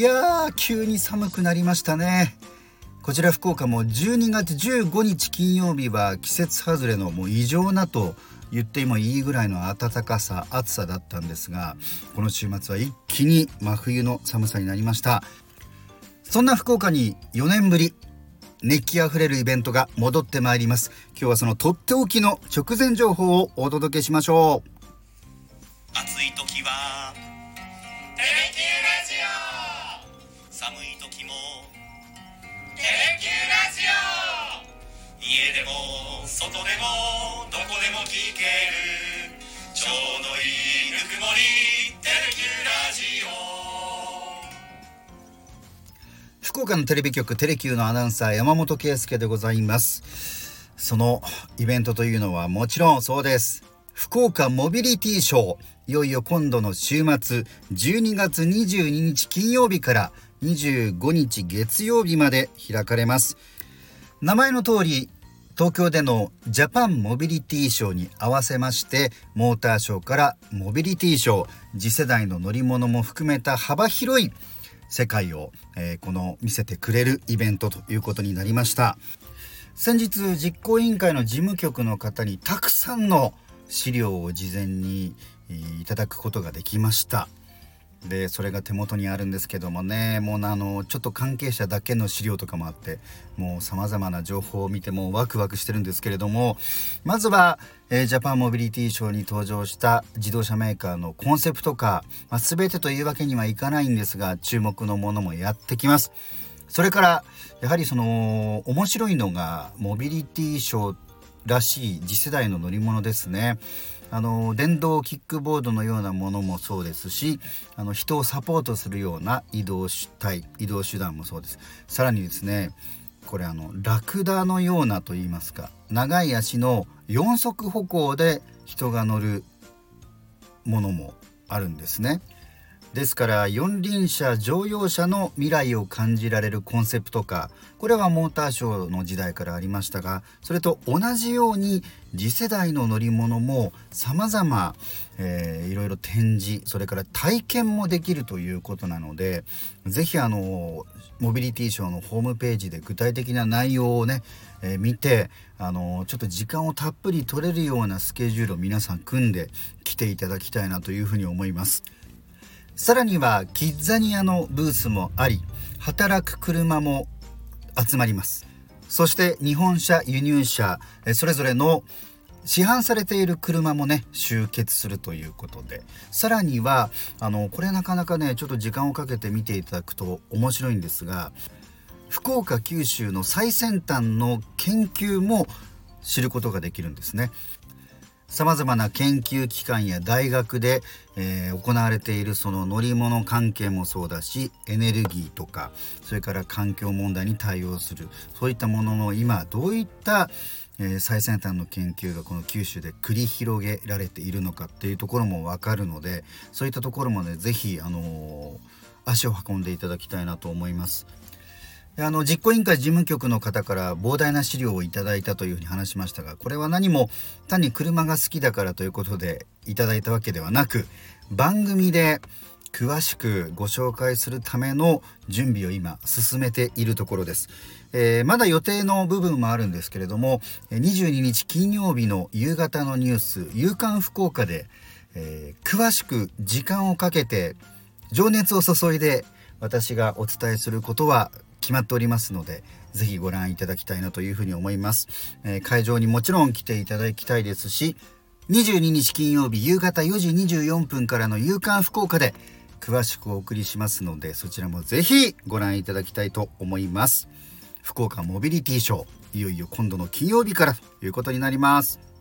やー、急に寒くなりましたね。こちら福岡も12月15日金曜日は季節外れのもう異常なと言ってもいいぐらいの暖かさ、暑さだったんですが、この週末は一気に真冬の寒さになりました。そんな福岡に4年ぶり熱気あふれるイベントが戻ってまいります。今日はそのとっておきの直前情報をお届けしましょう。 暑い時はテレキューラジオ、寒い時もテレキューラジオ、家でも外でもどこでも聞けるちょうどいいぬくもり、テレキューラジオ。 福岡のテレビ局テレキューのアナウンサー山本圭介でございます。そのイベントというのはもちろんそうです。福岡モビリティショー、いよいよ今度の週末12月22日金曜日から25日月曜日まで開かれます。名前の通り東京でのジャパンモビリティショーに合わせまして、モーターショーからモビリティショー、次世代の乗り物も含めた幅広い世界を、見せてくれるイベントということになりました。先日実行委員会の事務局の方にたくさんの資料を事前にいただくことができました。でそれが手元にあるんですけどもね、もうちょっと関係者だけの資料とかもあって、もう様々な情報を見てもワクワクしてるんですけれども、まずは、ジャパンモビリティショーに登場した自動車メーカーのコンセプトカー、全てというわけにはいかないんですが注目のものもやってきます。それからやはり面白いのがモビリティショーらしい次世代の乗り物ですね。電動キックボードのようなものもそうですし、人をサポートするような移動手段もそうです。さらにですね、これラクダのようなといいますか、長い足の4足歩行で人が乗るものもあるんですね。ですから四輪車乗用車の未来を感じられるコンセプトカー、これはモーターショーの時代からありましたが、それと同じように次世代の乗り物も様々、いろいろ展示、それから体験もできるということなので、ぜひモビリティショーのホームページで具体的な内容をね、見てちょっと時間をたっぷり取れるようなスケジュールを皆さん組んで来ていただきたいなというふうに思います。さらにはキッザニアのブースもあり、働く車も集まります。そして日本車、輸入車、それぞれの市販されている車もね集結するということで、さらにはこれなかなかねちょっと時間をかけて見ていただくと面白いんですが、福岡九州の最先端の研究も知ることができるんですね。様々な研究機関や大学で、行われているその乗り物関係もそうだし、エネルギーとか、それから環境問題に対応する、そういったものの今どういった、最先端の研究がこの九州で繰り広げられているのかっていうところも分かるので、そういったところもねぜひ足を運んでいただきたいなと思います。実行委員会事務局の方から膨大な資料をいただいたというふうに話しましたが、これは何も単に車が好きだからということでいただいたわけではなく、番組で詳しくご紹介するための準備を今進めているところです。まだ予定の部分もあるんですけれども、22日金曜日の夕方のニュース夕刊福岡で、詳しく時間をかけて情熱を注いで私がお伝えすることは決まっておりますので、ぜひご覧いただきたいなというふうに思います。会場にもちろん来ていただきたいですし、22日金曜日夕方4時24分からの夕刊福岡で詳しくお送りしますので、そちらもぜひご覧いただきたいと思います。福岡モビリティショー、いよいよ今度の金曜日からということになります。